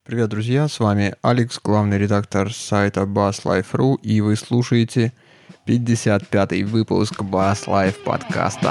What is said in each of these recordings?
Привет, друзья, с вами Алекс, главный редактор сайта BassLife.ru, и вы слушаете 55-й выпуск BassLife подкаста.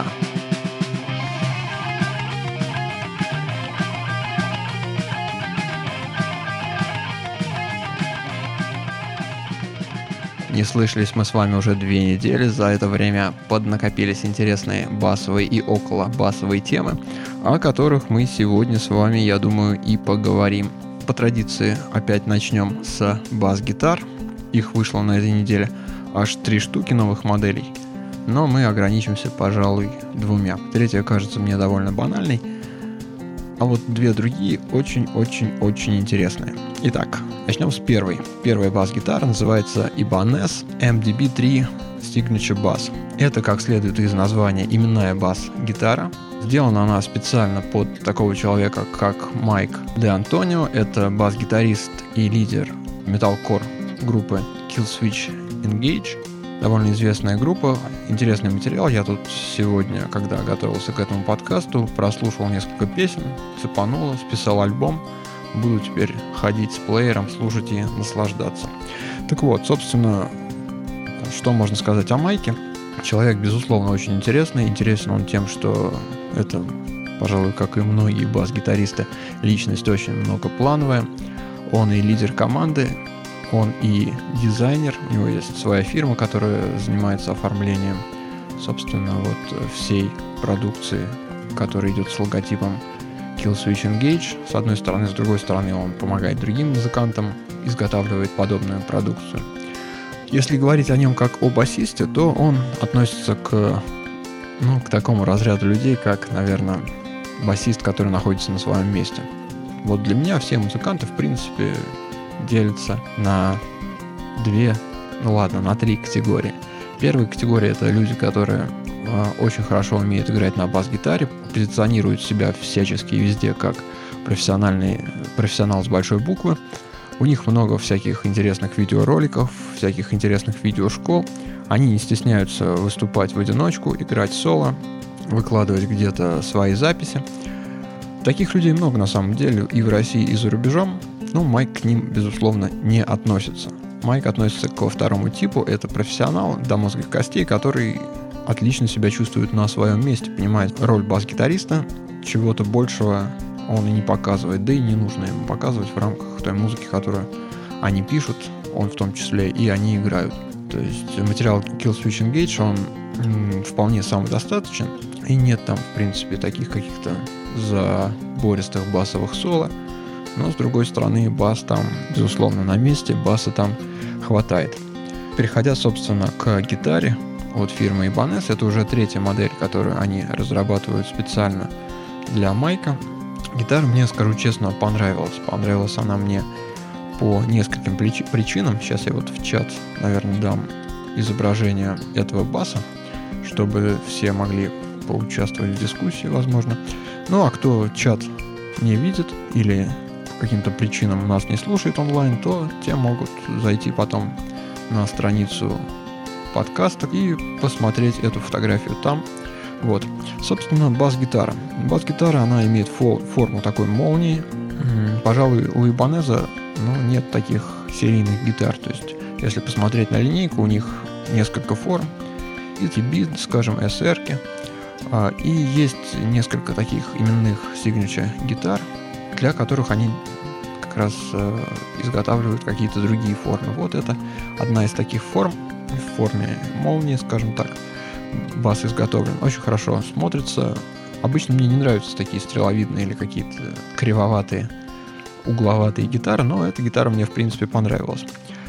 Не слышались мы с вами уже 2 недели, за это время поднакопились интересные басовые и около басовые темы, о которых мы сегодня с вами, я думаю, и поговорим. По традиции опять начнем с бас-гитар. Их вышло на этой неделе аж 3 штуки новых моделей, но мы ограничимся, пожалуй, 2. Третья кажется мне довольно банальной, а вот 2 другие очень-очень-очень интересные. Итак, начнем с первой. Первая бас-гитара называется Ibanez MDB3 Signature Bass. Это, как следует из названия, именная бас-гитара. Сделана она специально под такого человека, как Майк Де Антонио. Это бас-гитарист и лидер металкор группы Killswitch Engage. Довольно известная группа, интересный материал. Я тут сегодня, когда готовился к этому подкасту, прослушал несколько песен, цепануло, списал альбом. Буду теперь ходить с плеером, слушать и наслаждаться. Так вот, собственно, что можно сказать о Майке? Человек, безусловно, очень интересный. Интересен он тем, что это, пожалуй, как и многие бас-гитаристы, личность очень многоплановая. Он и лидер команды, он и дизайнер. У него есть своя фирма, которая занимается оформлением, собственно, вот всей продукции, которая идет с логотипом Killswitch Engage. С одной стороны, с другой стороны, он помогает другим музыкантам, изготавливает подобную продукцию. Если говорить о нем как о басисте, то он относится к такому разряду людей, как, наверное, басист, который находится на своем месте. Вот для меня все музыканты, в принципе, делятся на 3 категории. Первая категория — это люди, которые очень хорошо умеют играть на бас-гитаре, позиционируют себя всячески и везде как профессионал с большой буквы. У них много всяких интересных видеороликов, всяких интересных видеошкол. Они не стесняются выступать в одиночку, играть соло, выкладывать где-то свои записи. Таких людей много на самом деле и в России, и за рубежом, но Майк к ним, безусловно, не относится. Майк относится ко второму типу, это профессионал до мозга костей, который отлично себя чувствует на своем месте, понимает роль бас-гитариста, чего-то большего он и не показывает, да и не нужно ему показывать в рамках той музыки, которую они пишут, он в том числе, и они играют. То есть материал Killswitch Engage, он вполне самодостаточен, и нет там, в принципе, таких каких-то забористых басовых соло, но, с другой стороны, бас там, безусловно, на месте, баса там хватает. Переходя, собственно, к гитаре от фирмы Ibanez, это уже 3-я модель, которую они разрабатывают специально для Майка. Гитара мне, скажу честно, понравилась. Понравилась она мне по нескольким причинам. Сейчас я вот в чат, наверное, дам изображение этого баса, чтобы все могли поучаствовать в дискуссии, возможно. Ну, а кто чат не видит или по каким-то причинам нас не слушает онлайн, то те могут зайти потом на страницу подкаста и посмотреть эту фотографию там. Вот. Собственно, бас-гитара. Бас-гитара, она имеет форму такой молнии. Пожалуй, у Ibanez нет таких серийных гитар. То есть, если посмотреть на линейку, у них несколько форм. ETB, скажем, SR-ки. И есть несколько таких именных signature гитар, для которых они как раз изготавливают какие-то другие формы. Вот это одна из таких форм, в форме молнии, скажем так. Бас изготовлен, очень хорошо смотрится. Обычно мне не нравятся такие стреловидные или какие-то кривоватые, угловатые гитары, но эта гитара мне, в принципе, понравилась.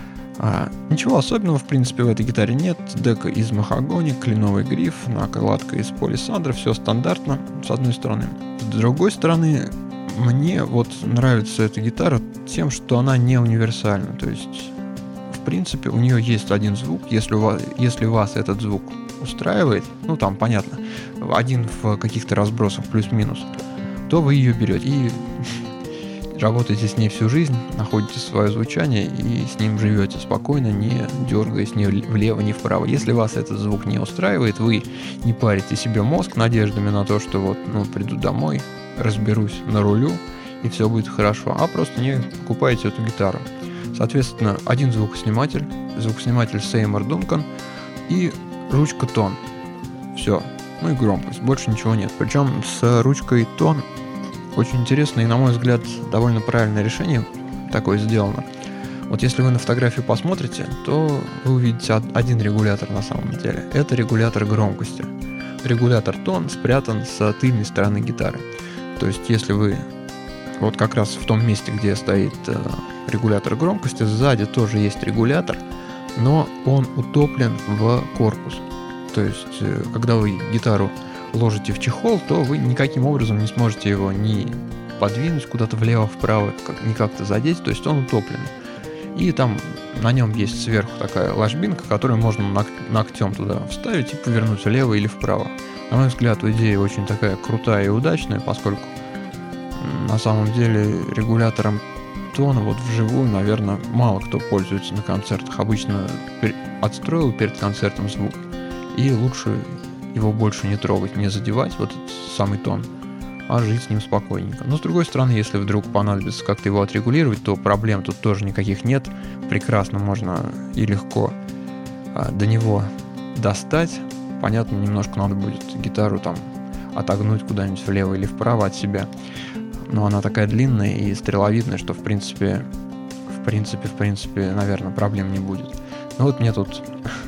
Ничего особенного, в принципе, в этой гитаре нет. Дека из махагони, кленовый гриф, накладка из палисандра, все стандартно, с одной стороны. С другой стороны, мне вот нравится эта гитара тем, что она не универсальна. То есть, в принципе, у нее есть один звук. Если вас этот звук устраивает, там понятно, один в каких-то разбросах плюс-минус, то вы ее берете и работаете с ней всю жизнь, находите свое звучание и с ним живете спокойно, не дергаясь ни влево, ни вправо. Если вас этот звук не устраивает, вы не парите себе мозг надеждами на то, что приду домой, разберусь на рулю и все будет хорошо, а просто не покупаете эту гитару. Соответственно, один звукосниматель Seymour Duncan и ручка тон. Все. Ну и громкость. Больше ничего нет. Причем с ручкой тон очень интересно и, на мой взгляд, довольно правильное решение такое сделано. Вот если вы на фотографию посмотрите, то вы увидите один регулятор на самом деле. Это регулятор громкости. Регулятор тон спрятан с тыльной стороны гитары. То есть если вы вот как раз в том месте, где стоит регулятор громкости, сзади тоже есть регулятор, но он утоплен в корпус. То есть когда вы гитару ложите в чехол, то вы никаким образом не сможете его ни подвинуть куда-то влево-вправо, ни как-то задеть, то есть он утоплен. И там на нем есть сверху такая ложбинка, которую можно ногтем туда вставить и повернуть влево или вправо. На мой взгляд, идея очень такая крутая и удачная, поскольку на самом деле регулятором тона вот вживую, наверное, мало кто пользуется на концертах. Обычно отстроил перед концертом звук, и лучше его больше не трогать, не задевать, вот этот самый тон, а жить с ним спокойненько. Но с другой стороны, если вдруг понадобится как-то его отрегулировать, то проблем тут тоже никаких нет. Прекрасно можно и легко до него достать. Понятно, немножко надо будет гитару там отогнуть куда-нибудь влево или вправо от себя. Но она такая длинная и стреловидная, что в принципе, наверное, проблем не будет. Ну вот мне тут...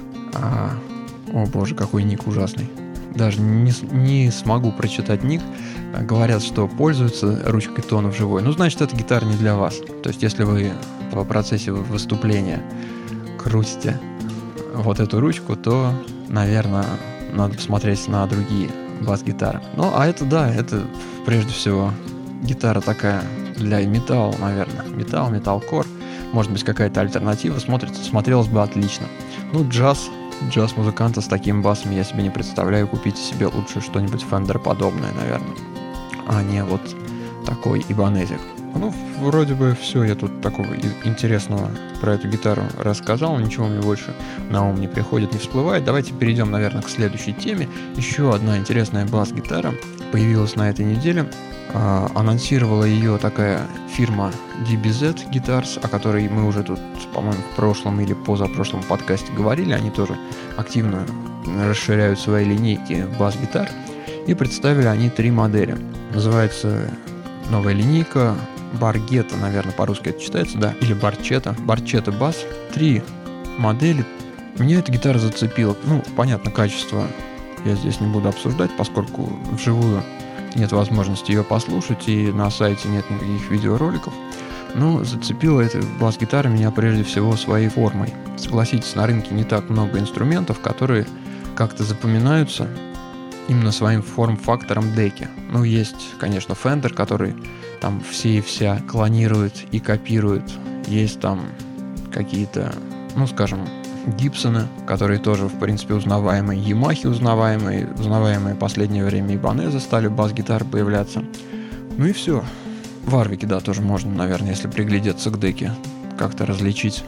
О боже, какой ник ужасный. Даже не смогу прочитать ник. Говорят, что пользуются ручкой тона вживую. Ну, значит, эта гитара не для вас. То есть, если вы в процессе выступления крутите вот эту ручку, то, наверное, надо посмотреть на другие бас-гитары. Ну, а это, да, это прежде всего гитара такая для металла, наверное. Металкор. Может быть, какая-то альтернатива. Смотрелось бы отлично. Ну, джаз-музыканта с таким басом я себе не представляю. Купите себе лучше что-нибудь Fender подобное, наверное, а не вот такой Ibanez. Ну, вроде бы все, я тут такого интересного про эту гитару рассказал, ничего мне больше на ум не приходит, не всплывает. Давайте перейдем, наверное, к следующей теме. Еще одна интересная бас-гитара появилась на этой неделе. Анонсировала ее такая фирма DBZ Guitars, о которой мы уже тут, по-моему, в прошлом или позапрошлом подкасте говорили. Они тоже активно расширяют свои линейки бас-гитар. И представили они 3 модели. Называется новая линейка Баргета, наверное, по-русски это читается, да, или Барчета бас. 3 модели. Меня эта гитара зацепила. Ну, понятно, качество я здесь не буду обсуждать, поскольку вживую нет возможности ее послушать, и на сайте нет никаких видеороликов. Но зацепила эта бас-гитара меня прежде всего своей формой. Согласитесь, на рынке не так много инструментов, которые как-то запоминаются именно своим форм-фактором деки. Ну, есть, конечно, Fender, который там все и вся клонирует и копирует. Есть там какие-то, ну, скажем, Гибсоны, которые тоже, в принципе, узнаваемые. Ямахи узнаваемые в последнее время Ibanez стали бас-гитары появляться. Ну и все. Варвики, да, тоже можно, наверное, если приглядеться к деке, как-то отличить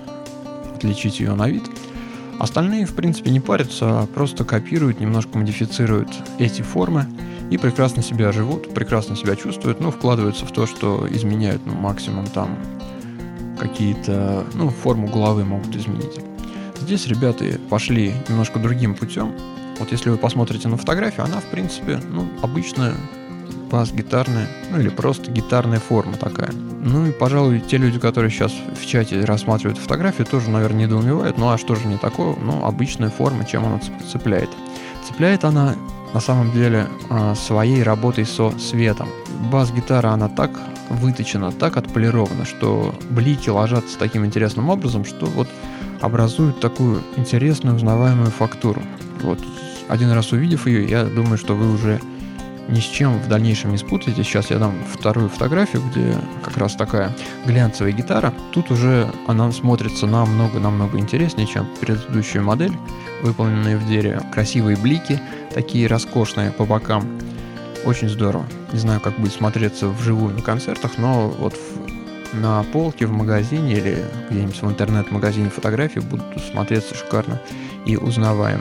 ее на вид. Остальные, в принципе, не парятся, а просто копируют, немножко модифицируют эти формы и прекрасно себя живут, прекрасно себя чувствуют, но вкладываются в то, что изменяют, ну, максимум там какие-то, ну, форму головы могут изменить. Здесь ребята пошли немножко другим путем. Вот если вы посмотрите на фотографию, она, в принципе, ну, обычная бас-гитарная, ну, или просто гитарная форма такая. Ну, и, пожалуй, те люди, которые сейчас в чате рассматривают фотографию, тоже, наверное, недоумевают. Ну, а что же не такое? Ну, обычная форма, чем она цепляет? Цепляет она, на самом деле, своей работой со светом. Бас-гитара, она так выточена, так отполирована, что блики ложатся таким интересным образом, что вот образуют такую интересную узнаваемую фактуру. Вот один раз увидев ее, я думаю, что вы уже ни с чем в дальнейшем не спутаете. Сейчас я дам вторую фотографию, где как раз такая глянцевая гитара. Тут уже она смотрится намного интереснее, чем предыдущая модель, выполненная в дереве. Красивые блики, такие роскошные по бокам. Очень здорово. Не знаю, как будет смотреться вживую на концертах, но вот на полке в магазине или где-нибудь в интернет-магазине фотографии будут смотреться шикарно и узнаваемо.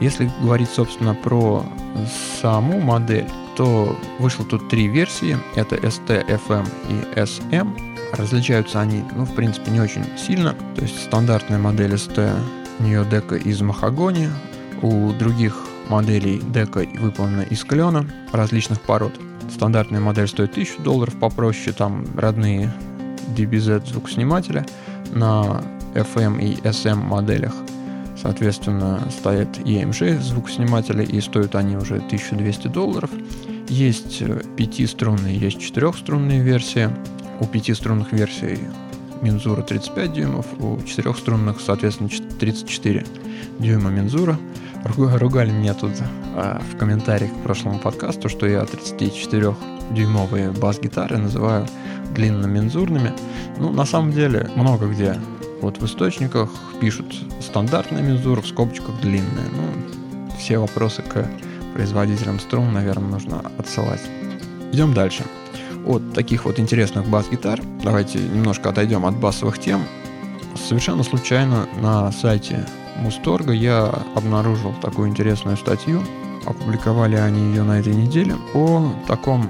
Если говорить, собственно, про саму модель, то вышло тут 3 версии. Это ST, FM и SM. Различаются они, в принципе, не очень сильно. То есть стандартная модель ST, у нее дека из махагони. У других моделей дека выполнена из клена различных пород. Стандартная модель стоит $1000, попроще, там родные DBZ звукоснимателя. На FM и SM моделях, соответственно, стоят EMG звукосниматели, и стоят они уже $1200. Есть 5-струнные, есть 4-струнные версии. У 5-струнных версий мензура 35 дюймов, у 4-струнных, соответственно, 34 дюйма мензура. Ругали меня тут в комментариях к прошлому подкасту, что я 34-дюймовые бас-гитары называю длинномензурными. На самом деле, много где вот в источниках пишут стандартная мензура, в скобочках длинная. Все вопросы к производителям струн, наверное, нужно отсылать. Идем дальше. От таких вот интересных бас-гитар давайте немножко отойдем от басовых тем. Совершенно случайно на сайте Мусторга я обнаружил такую интересную статью. Опубликовали они ее на этой неделе о таком,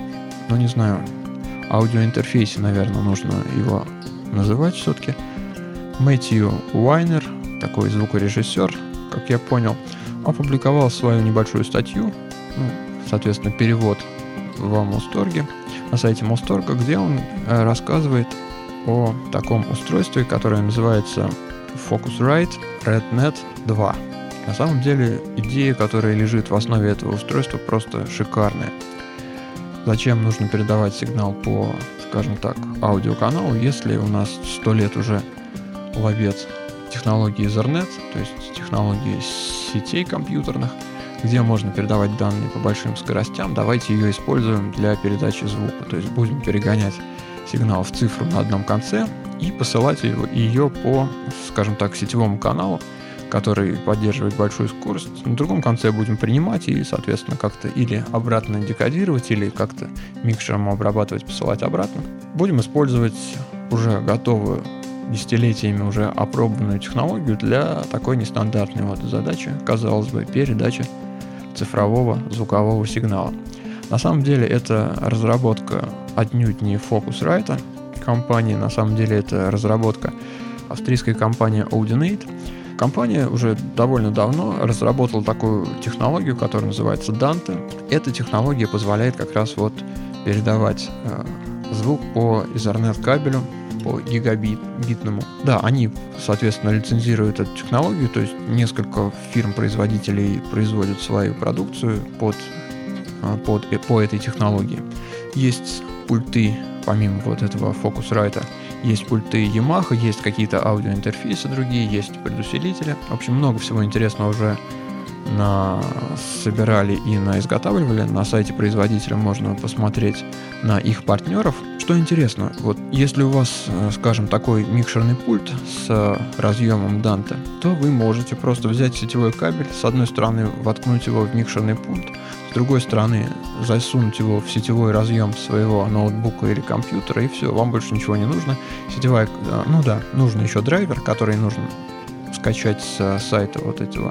аудиоинтерфейсе, наверное, нужно его называть все-таки. Мэтью Уайнер, такой звукорежиссер, как я понял, опубликовал свою небольшую статью, соответственно, перевод в Мусторге, на сайте Мусторга, где он рассказывает о таком устройстве, которое называется Focusrite RedNet 2. На самом деле, идея, которая лежит в основе этого устройства, просто шикарная. Зачем нужно передавать сигнал по, скажем так, аудиоканалу, если у нас 100 лет уже ловец технологии Ethernet, то есть технологии сетей компьютерных, где можно передавать данные по большим скоростям, давайте ее используем для передачи звука. То есть будем перегонять сигнал в цифру на одном конце и посылать ее по, скажем так, сетевому каналу, который поддерживает большую скорость. На другом конце будем принимать и, соответственно, как-то или обратно декодировать, или как-то микшером обрабатывать, посылать обратно. Будем использовать уже готовую, десятилетиями уже опробованную технологию для такой нестандартной задачи, казалось бы, передачи цифрового звукового сигнала. На самом деле это разработка отнюдь не Focusrite компании, на самом деле это разработка австрийской компании Audinate. Компания уже довольно давно разработала такую технологию, которая называется Dante. Эта технология позволяет как раз передавать звук по Ethernet кабелю, по гигабитному. Да, они, соответственно, лицензируют эту технологию, то есть несколько фирм-производителей производят свою продукцию по этой технологии. Есть пульты, помимо этого Focusrite, есть пульты Yamaha, есть какие-то аудиоинтерфейсы другие, есть предусилители. В общем, много всего интересного уже собирали и изготавливали. На сайте производителя можно посмотреть на их партнеров. Что интересно, если у вас, скажем, такой микшерный пульт с разъемом Dante, то вы можете просто взять сетевой кабель, с одной стороны воткнуть его в микшерный пульт, с другой стороны засунуть его в сетевой разъем своего ноутбука или компьютера, и все, вам больше ничего не нужно. Нужен еще драйвер, который нужно скачать с сайта этого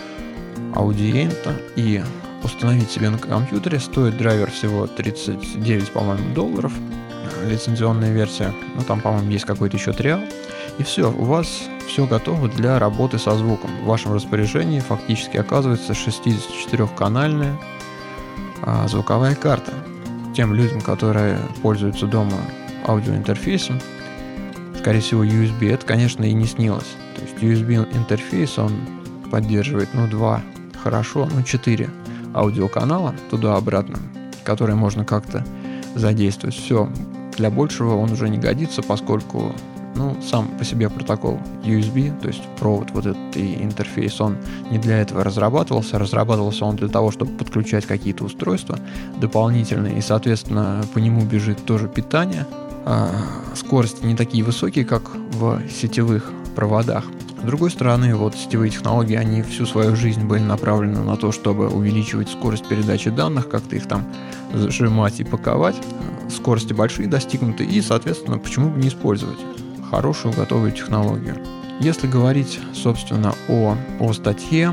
Audinate и установить себе на компьютере. Стоит драйвер всего $39, по-моему, долларов. Лицензионная версия. Там, по-моему, есть какой-то еще триал. И все, у вас все готово для работы со звуком. В вашем распоряжении фактически оказывается 64-канальная звуковая карта. Тем людям, которые пользуются дома аудиоинтерфейсом, скорее всего, USB, это, конечно, и не снилось. То есть USB-интерфейс, он поддерживает, 2, хорошо, 4 аудиоканала туда-обратно, которые можно как-то задействовать. Все, для большего он уже не годится, поскольку сам по себе протокол USB, то есть провод этот и интерфейс, он не для этого разрабатывался он для того, чтобы подключать какие-то устройства дополнительные, и, соответственно, по нему бежит тоже питание. Скорости не такие высокие, как в сетевых проводах. С другой стороны, сетевые технологии, они всю свою жизнь были направлены на то, чтобы увеличивать скорость передачи данных, как-то их там зажимать и паковать. Скорости большие достигнуты, и, соответственно, почему бы не использовать хорошую готовую технологию. Если говорить, собственно, о статье,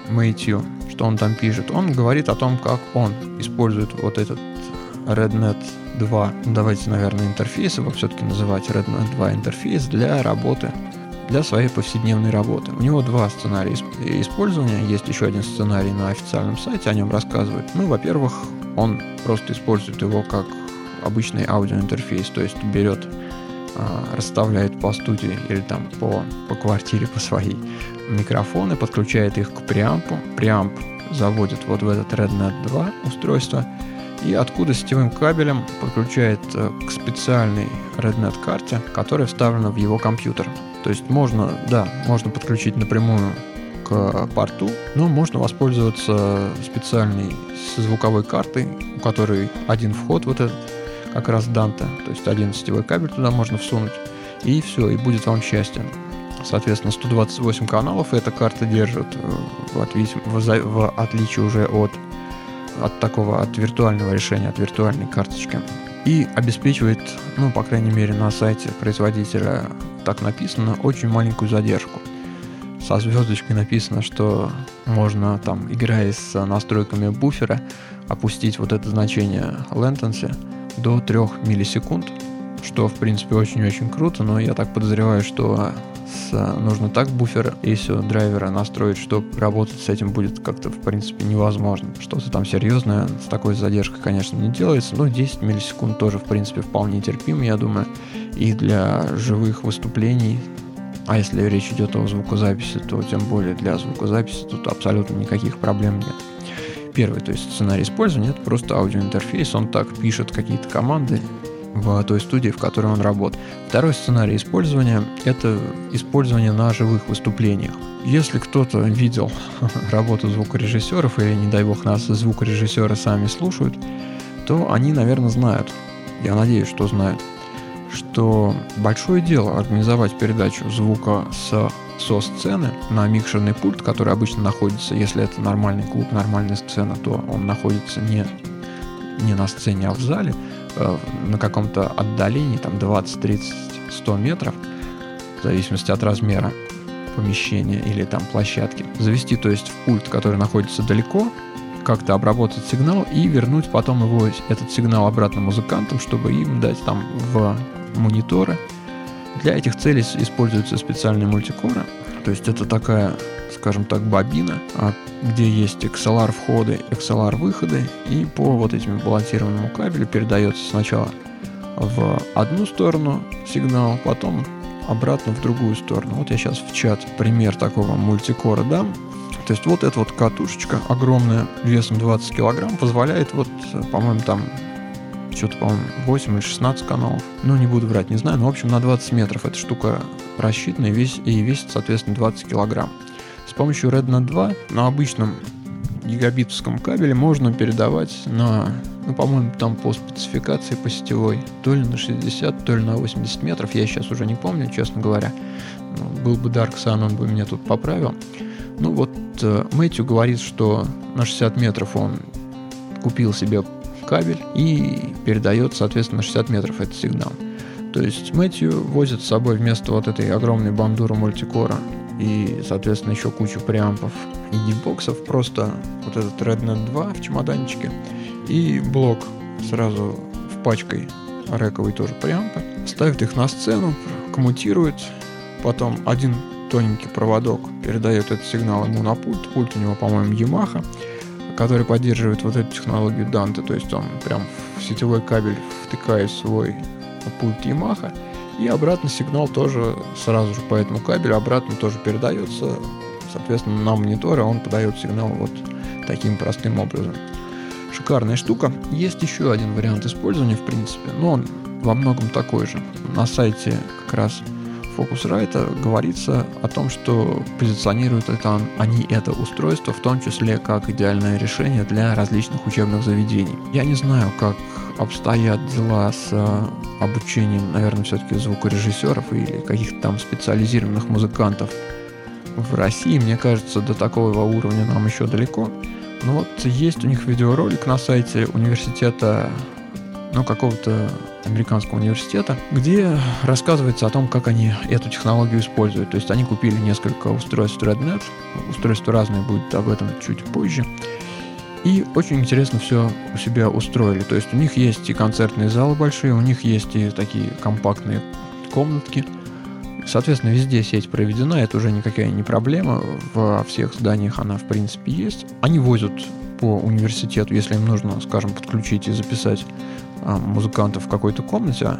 Мэтью, что он там пишет? Он говорит о том, как он использует вот этот RedNet 2, давайте, наверное, интерфейс его все-таки называть, RedNet 2 интерфейс для работы, для своей повседневной работы. У него два сценария использования, есть еще один сценарий на официальном сайте, о нем рассказывает. Ну, во-первых, он просто использует его как обычный аудиоинтерфейс, то есть берет, расставляет по студии или там по квартире, по своей микрофоны, подключает их к преампу, преамп заводит вот в этот RedNet 2 устройство, и откуда сетевым кабелем подключает к специальной RedNet карте, которая вставлена в его компьютер. То есть можно подключить напрямую к порту, но можно воспользоваться специальной звуковой картой, у которой один вход, вот этот как раз Dante, то есть один сетевой кабель туда можно всунуть, и все, и будет вам счастье. Соответственно, 128 каналов эта карта держит, в отличие уже от виртуального решения, от виртуальной карточки. И обеспечивает, ну, по крайней мере, на сайте производителя так написано, очень маленькую задержку. Со звездочкой написано, что можно там, играя с настройками буфера, опустить вот это значение latency до 3 миллисекунд, что, в принципе, очень-очень круто, но я так подозреваю, что нужно так буфер ASIO драйвера настроить, что работать с этим будет как-то, в принципе, невозможно. Что-то там серьезное с такой задержкой, конечно, не делается, но 10 миллисекунд тоже, в принципе, вполне терпимо, я думаю, и для живых выступлений. А если речь идет о звукозаписи, то тем более для звукозаписи тут абсолютно никаких проблем нет. Первый, то есть сценарий использования, это просто аудиоинтерфейс, он так пишет какие-то команды в той студии, в которой он работает. Второй сценарий использования – это использование на живых выступлениях. Если кто-то видел работу звукорежиссеров, или, не дай бог, нас звукорежиссеры сами слушают, то они, наверное, знают, я надеюсь, что знают, что большое дело организовать передачу звука со сцены на микшерный пульт, который обычно находится, если это нормальный клуб, нормальная сцена, то он находится не на сцене, а в зале, на каком-то отдалении, там 20, 30, 100 метров, в зависимости от размера помещения или там площадки. Завести, то есть, в пульт, который находится далеко, как-то обработать сигнал и вернуть потом этот сигнал обратно музыкантам, чтобы им дать там в мониторы. Для этих целей используются специальные мультикоры, то есть это такая, скажем так, бобина, где есть XLR входы, XLR выходы, и по вот этим балансированному кабелю передается сначала в одну сторону сигнал, потом обратно в другую сторону. Вот я сейчас в чат пример такого мультикора дам. То есть вот эта вот катушечка огромная, весом 20 килограмм, позволяет вот, по-моему, там что-то, по-моему, 8 или 16 каналов. Ну, не буду врать, не знаю, но, в общем, на 20 метров эта штука рассчитана и весит, соответственно, 20 килограмм. С помощью RedNet 2 на обычном гигабитовском кабеле можно передавать на, ну, по-моему, там по спецификации, по сетевой, то ли на 60, то ли на 80 метров, я сейчас уже не помню, честно говоря. Был бы Dark Sun, он бы меня тут поправил. Ну вот Мэтью говорит, что на 60 метров он купил себе кабель и передает, соответственно, на 60 метров этот сигнал. То есть Мэтью возит с собой вместо вот этой огромной бандуры мультикора и, соответственно, еще кучу преампов и дипбоксов просто вот этот RedNet 2 в чемоданчике и блок сразу в пачкой рековый тоже преампы, ставит их на сцену, коммутирует, потом один тоненький проводок передает этот сигнал ему на пульт. Пульт у него, по-моему, Yamaha, который поддерживает вот эту технологию Dante, то есть он прям в сетевой кабель втыкает свой пульт Yamaha, и обратно сигнал тоже сразу же по этому кабелю обратно тоже передается, соответственно, на мониторе он подает сигнал вот таким простым образом. Шикарная штука. Есть еще один вариант использования, в принципе, но он во многом такой же. На сайте как раз Focusrite говорится о том, что позиционируют они это устройство в том числе как идеальное решение для различных учебных заведений. Я не знаю, как обстоят дела с обучением, наверное, все-таки звукорежиссеров или каких-то там специализированных музыкантов в России. Мне кажется, до такого уровня нам еще далеко. Но вот есть у них видеоролик на сайте университета какого-то американского университета, где рассказывается о том, как они эту технологию используют. То есть они купили несколько устройств RedNet, устройства разные, будет об этом чуть позже, и очень интересно все у себя устроили. То есть у них есть и концертные залы большие, у них есть и такие компактные комнатки. Соответственно, везде сеть проведена, это уже никакая не проблема, во всех зданиях она в принципе есть. Они возят по университету, если им нужно, скажем, подключить и записать музыкантов в какой-то комнате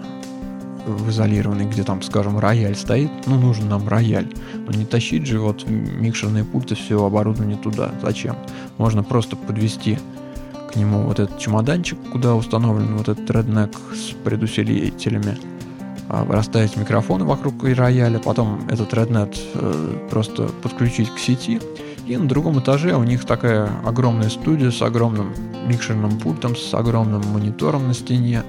в изолированной, где там, скажем, рояль стоит, нужен нам рояль. Но не тащить же вот микшерные пульты, все оборудование туда. Зачем? Можно просто подвести к нему вот этот чемоданчик, куда установлен вот этот RedNet с предусилителями, расставить микрофоны вокруг рояля, потом этот RedNet просто подключить к сети, и на другом этаже у них такая огромная студия с огромным микшерным пультом, с огромным монитором на стене,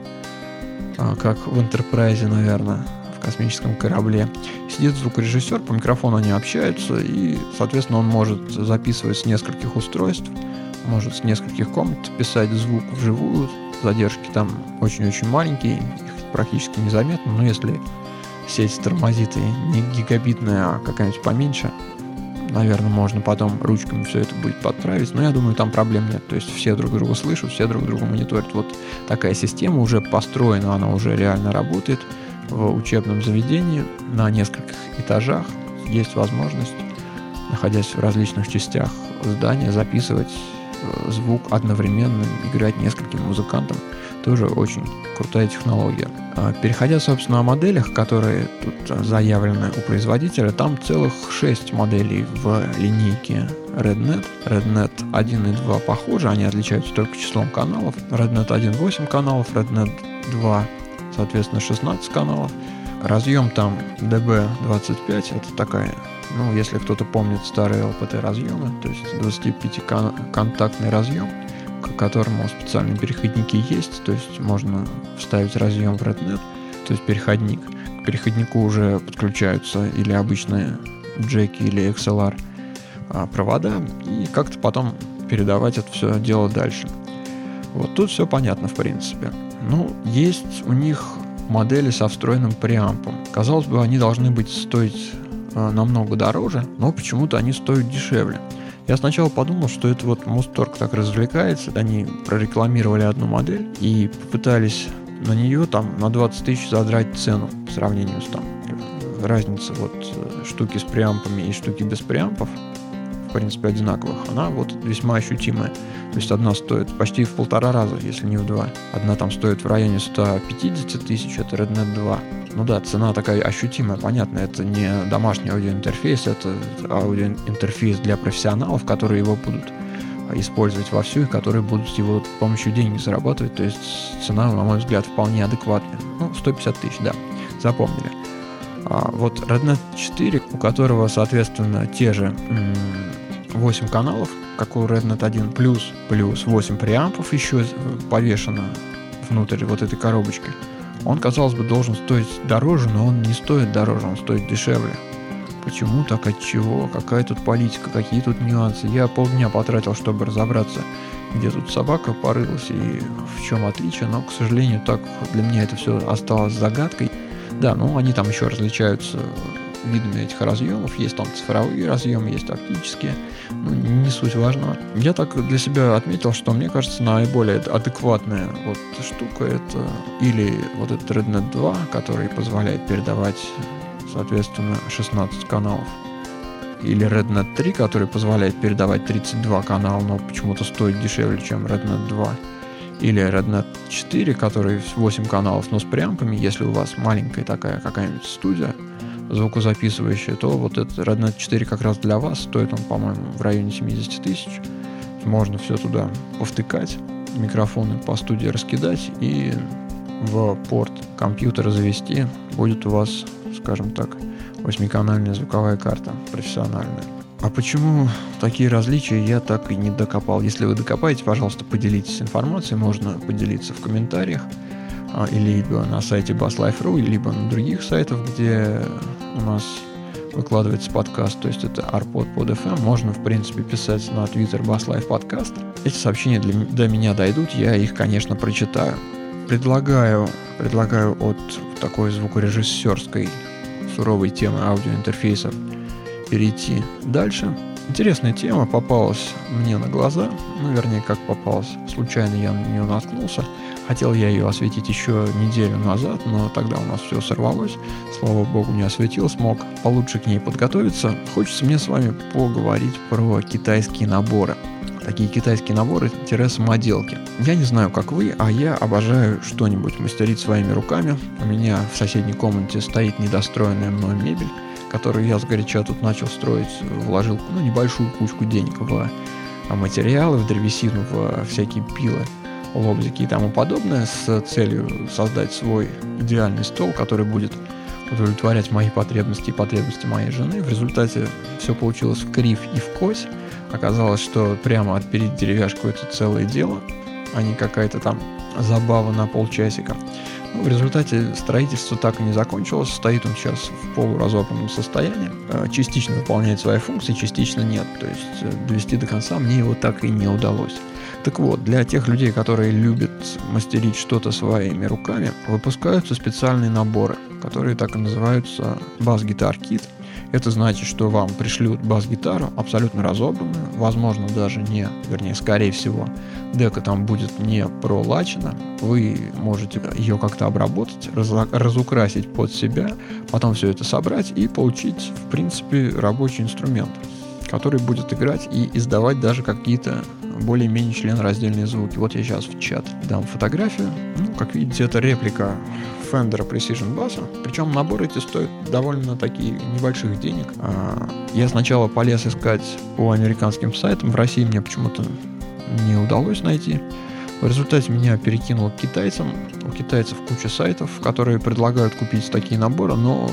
как в Enterprise, наверное, в космическом корабле. Сидит звукорежиссер, по микрофону они общаются, и, соответственно, он может записывать с нескольких устройств, может с нескольких комнат писать звук вживую, задержки там очень-очень маленькие, их практически незаметно, но если сеть тормозит и не гигабитная, а какая-нибудь поменьше, наверное, можно потом ручками все это будет подправить, но я думаю, там проблем нет. То есть все друг друга слышат, все друг друга мониторят. Вот такая система уже построена, она уже реально работает в учебном заведении на нескольких этажах. Есть возможность, находясь в различных частях здания, записывать звук одновременно, играть нескольким музыкантам. Тоже очень крутая технология. Переходя, собственно, о моделях, которые тут заявлены у производителя, там целых 6 моделей в линейке RedNet. RedNet 1 и 2 похожи, они отличаются только числом каналов. RedNet 1 8 каналов, RedNet 2, соответственно, 16 каналов. Разъем там DB25, это такая, если кто-то помнит старые LPT разъемы, то есть 25-контактный разъем, к которому специальные переходники есть, то есть можно вставить разъем в RedNet, то есть переходник. К переходнику уже подключаются или обычные джеки, или XLR провода, и как-то потом передавать это все дело дальше. Вот тут все понятно, в принципе. Есть у них модели со встроенным преампом. Казалось бы, они должны быть стоить намного дороже, но почему-то они стоят дешевле. Я сначала подумал, что это вот Музторг так развлекается. Они прорекламировали одну модель и попытались на нее там на 20 тысяч задрать цену по сравнению с там разница вот штуки с преампами и штуки без преампов, в принципе, одинаковых, она вот весьма ощутимая. То есть одна стоит почти в 1,5 раза, если не в 2. Одна там стоит в районе 150 тысяч, это RedNet 2. Цена такая ощутимая, понятно, это не домашний аудиоинтерфейс, это аудиоинтерфейс для профессионалов, которые его будут использовать вовсю и которые будут его с помощью денег зарабатывать, то есть цена, на мой взгляд, вполне адекватная. 150 тысяч, да, запомнили. Вот RedNet 4, у которого, соответственно, те же 8 каналов, как у RedNet 1, плюс 8 преампов еще повешено внутрь вот этой коробочки. Он, казалось бы, должен стоить дороже, но он не стоит дороже, он стоит дешевле. Почему так, от чего? Какая тут политика, какие тут нюансы? Я полдня потратил, чтобы разобраться, где тут собака порылась и в чем отличие, но, к сожалению, так для меня это все осталось загадкой. Да, они там еще различаются видами этих разъемов. Есть там цифровые разъемы, есть оптические. Не суть важно. Я так для себя отметил, что мне кажется, наиболее адекватная вот штука это или вот этот RedNet 2, который позволяет передавать, соответственно, 16 каналов, или RedNet 3, который позволяет передавать 32 канала, но почему-то стоит дешевле, чем RedNet 2. Или RedNet 4, который 8 каналов, но с преампами. Если у вас маленькая такая какая-нибудь студия звукозаписывающая, то вот этот RedNet 4 как раз для вас. Стоит он, по-моему, в районе 70 тысяч. Можно все туда повтыкать, микрофоны по студии раскидать и в порт компьютера завести. Будет у вас, скажем так, 8-канальная звуковая карта профессиональная. А почему такие различия, я так и не докопал. Если вы докопаете, пожалуйста, поделитесь информацией. Можно поделиться в комментариях, либо на сайте basslife.ru, либо на других сайтах, где у нас выкладывается подкаст. То есть это Arpod, Pod.fm. Можно, в принципе, писать на Twitter BassLife Podcast. Эти сообщения до меня дойдут, я их, конечно, прочитаю. Предлагаю от такой звукорежиссерской суровой темы аудиоинтерфейсов перейти дальше. Интересная тема попалась мне на глаза, вернее, как попалась, случайно я на нее наткнулся. Хотел я ее осветить еще неделю назад, но тогда у нас все сорвалось. Слава богу, не осветил, смог получше к ней подготовиться. Хочется мне с вами поговорить про китайские наборы. Такие китайские наборы-самоделки. Я не знаю, как вы, а я обожаю что-нибудь мастерить своими руками. У меня в соседней комнате стоит недостроенная мной мебель, которую я сгоряча тут начал строить, вложил небольшую кучку денег в материалы, в древесину, в всякие пилы, лобзики и тому подобное, с целью создать свой идеальный стол, который будет удовлетворять мои потребности и потребности моей жены. В результате все получилось в кривь и в кось. Оказалось, что прямо отпилить деревяшку — это целое дело, а не какая-то там забава на полчасика. В результате строительство так и не закончилось. Стоит он сейчас в полуразобранном состоянии. Частично выполняет свои функции, частично нет. То есть довести до конца мне его так и не удалось. Так вот, для тех людей, которые любят мастерить что-то своими руками, выпускаются специальные наборы, которые так и называются Bass Guitar Kit. Это значит, что вам пришлют бас-гитару абсолютно разобранную, возможно, скорее всего, дека там будет не пролачена. Вы можете ее как-то обработать, разукрасить под себя, потом все это собрать и получить, в принципе, рабочий инструмент, который будет играть и издавать даже какие-то более-менее членораздельные звуки. Вот я сейчас в чат дам фотографию. Как видите, это реплика Fender Precision Bass, причем наборы эти стоят довольно такие небольших денег. Я сначала полез искать по американским сайтам, в России мне почему-то не удалось найти. В результате меня перекинуло к китайцам. У китайцев куча сайтов, которые предлагают купить такие наборы, но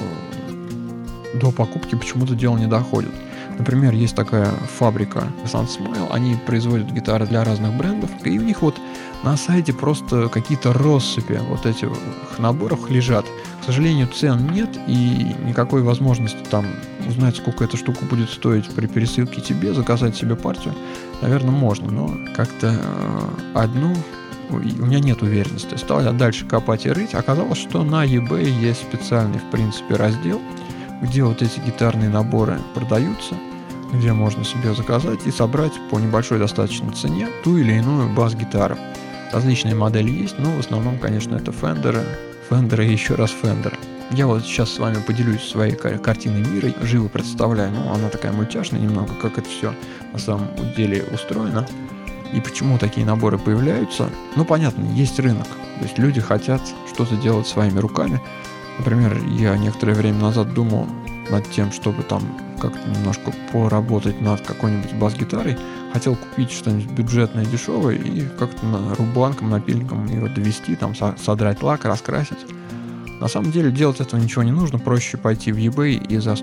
до покупки почему-то дело не доходит. Например, есть такая фабрика SunSmile, они производят гитары для разных брендов, и у них вот на сайте просто какие-то россыпи вот этих наборов лежат. К сожалению, цен нет, и никакой возможности там узнать, сколько эта штука будет стоить при пересылке тебе, заказать себе партию, наверное, можно, но как-то одну у меня нет уверенности. Стал я дальше копать и рыть, оказалось, что на eBay есть специальный, в принципе, раздел, где вот эти гитарные наборы продаются, где можно себе заказать и собрать по небольшой достаточно цене ту или иную бас-гитару. Различные модели есть, но в основном, конечно, это Fender и еще раз Fender. Я вот сейчас с вами поделюсь своей картиной мира, живо представляю, она такая мультяшная немного, как это все на самом деле устроено, и почему такие наборы появляются. Понятно, есть рынок, то есть люди хотят что-то делать своими руками. Например, я некоторое время назад думал над тем, чтобы там как-то немножко поработать над какой-нибудь бас-гитарой. Хотел купить что-нибудь бюджетное, дешевое и как-то рубанком, напильником его довести, там содрать лак, раскрасить. На самом деле делать этого ничего не нужно, проще пойти в eBay и за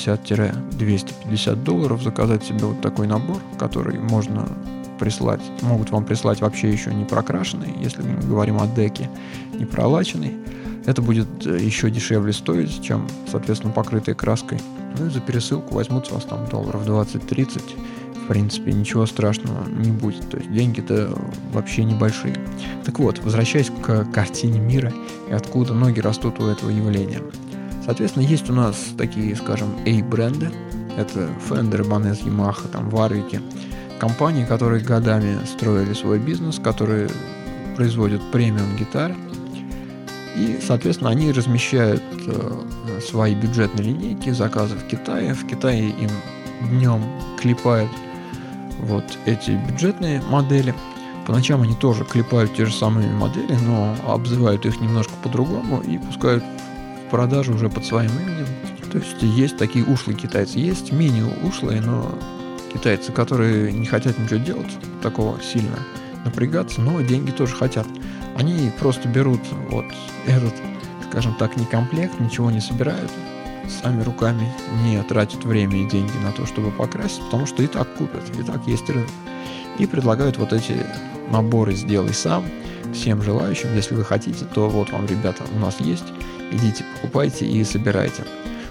$150-250 заказать себе вот такой набор, который можно прислать. Могут вам прислать вообще еще не прокрашенный, если мы говорим о деке, не пролаченный. Это будет еще дешевле стоить, чем, соответственно, покрытый краской. И за пересылку возьмут с вас там $20-30. В принципе, ничего страшного не будет. То есть деньги-то вообще небольшие. Так вот, возвращаясь к картине мира и откуда ноги растут у этого явления. Соответственно, есть у нас такие, скажем, A-бренды. Это Fender, Ibanez, Yamaha, Warwick. Компании, которые годами строили свой бизнес, которые производят премиум гитары. И, соответственно, они размещают свои бюджетные линейки, заказы в Китае. В Китае им днем клепают вот эти бюджетные модели. По ночам они тоже клепают те же самые модели, но обзывают их немножко по-другому и пускают в продажу уже под своим именем. То есть есть такие ушлые китайцы, есть менее ушлые, но китайцы, которые не хотят ничего делать, такого сильно напрягаться, но деньги тоже хотят. Они просто берут вот этот, скажем так, некомплект, ничего не собирают, сами руками не тратят время и деньги на то, чтобы покрасить, потому что и так купят, и так есть рынок. И предлагают вот эти наборы «Сделай сам» всем желающим. Если вы хотите, то вот вам, ребята, у нас есть, идите, покупайте и собирайте.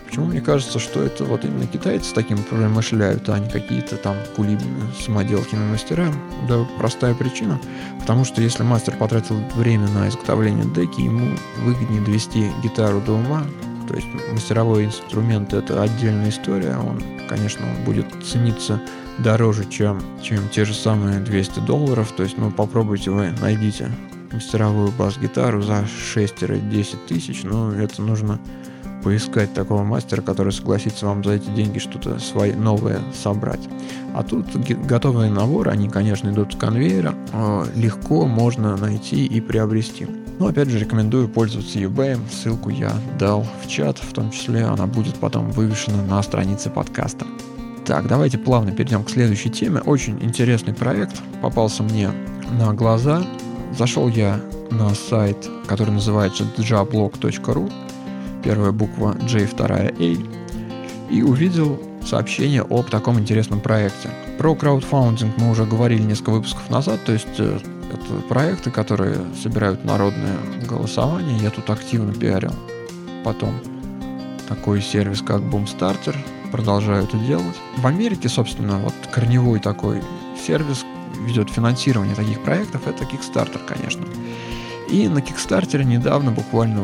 Почему мне кажется, что это вот именно китайцы таким промышляют, а не какие-то там кулибины, самоделкины мастера? Да, простая причина. Потому что если мастер потратил время на изготовление деки, ему выгоднее довести гитару до ума. То есть мастеровой инструмент — это отдельная история. Он, конечно, будет цениться дороже, чем те же самые $200. То есть, попробуйте вы, найдите мастеровую бас-гитару за 6-10 тысяч, но это нужно поискать такого мастера, который согласится вам за эти деньги что-то свое новое собрать. А тут готовые наборы, они, конечно, идут с конвейера, легко можно найти и приобрести. Но опять же рекомендую пользоваться eBay, ссылку я дал в чат, в том числе она будет потом вывешена на странице подкаста. Так, давайте плавно перейдем к следующей теме. Очень интересный проект попался мне на глаза. Зашел я на сайт, который называется jablog.ru, первая буква J, вторая A, и увидел сообщение об таком интересном проекте. Про краудфандинг мы уже говорили несколько выпусков назад, то есть это проекты, которые собирают народное голосование. Я тут активно пиарил потом такой сервис, как Boomstarter, продолжаю это делать. В Америке, собственно, вот корневой такой сервис ведет финансирование таких проектов, это Kickstarter, конечно. И на Kickstarter недавно, буквально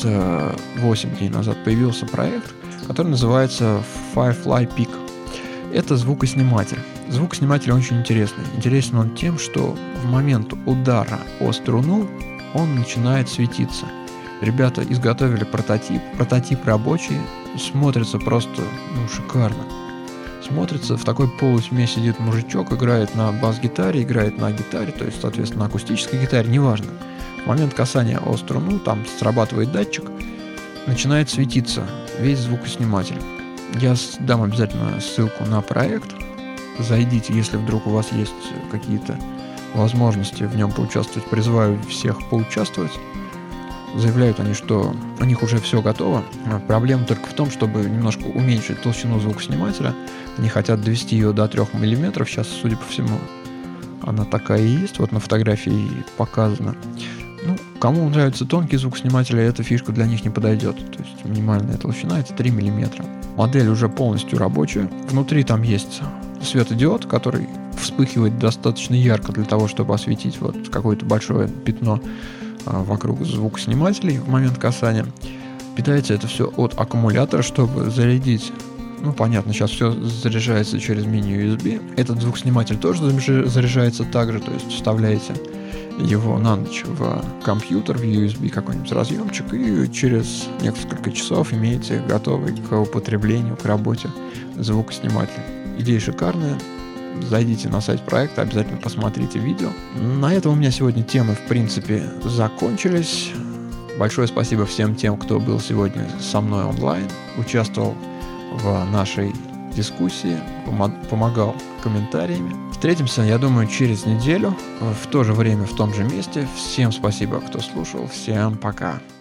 8 дней назад, появился проект, который называется Firefly Pick. Это звукосниматель. Звукосниматель очень интересный. Интересен он тем, что в момент удара о струну он начинает светиться. Ребята изготовили прототип рабочий, смотрится просто шикарно. Смотрится, в такой полутьме сидит мужичок, играет на бас-гитаре, играет на гитаре, то есть, соответственно, на акустической гитаре, неважно. В момент касания о струну, там срабатывает датчик, начинает светиться весь звукосниматель. Я дам обязательно ссылку на проект. Зайдите, если вдруг у вас есть какие-то возможности в нем поучаствовать. Призываю всех поучаствовать. Заявляют они, что у них уже все готово. Проблема только в том, чтобы немножко уменьшить толщину звукоснимателя. Они хотят довести ее до 3 мм. Сейчас, судя по всему, она такая и есть. Вот на фотографии показано. Кому нравится тонкий звукосниматель, эта фишка для них не подойдет. То есть минимальная толщина — это 3 мм. Модель уже полностью рабочая. Внутри там есть светодиод, который вспыхивает достаточно ярко для того, чтобы осветить вот какое-то большое пятно вокруг звукоснимателей в момент касания. Питается это все от аккумулятора, чтобы зарядить. Понятно, сейчас все заряжается через мини-USB. Этот звукосниматель тоже заряжается также, то есть вставляете его на ночь в компьютер, в USB какой-нибудь разъемчик, и через несколько часов имеете готовый к употреблению, к работе звукосниматель. Идея шикарная. Зайдите на сайт проекта, обязательно посмотрите видео. На этом у меня сегодня темы, в принципе, закончились. Большое спасибо всем тем, кто был сегодня со мной онлайн, участвовал в нашей дискуссии, помогал комментариями. Встретимся, я думаю, через неделю, в то же время, в том же месте. Всем спасибо, кто слушал. Всем пока.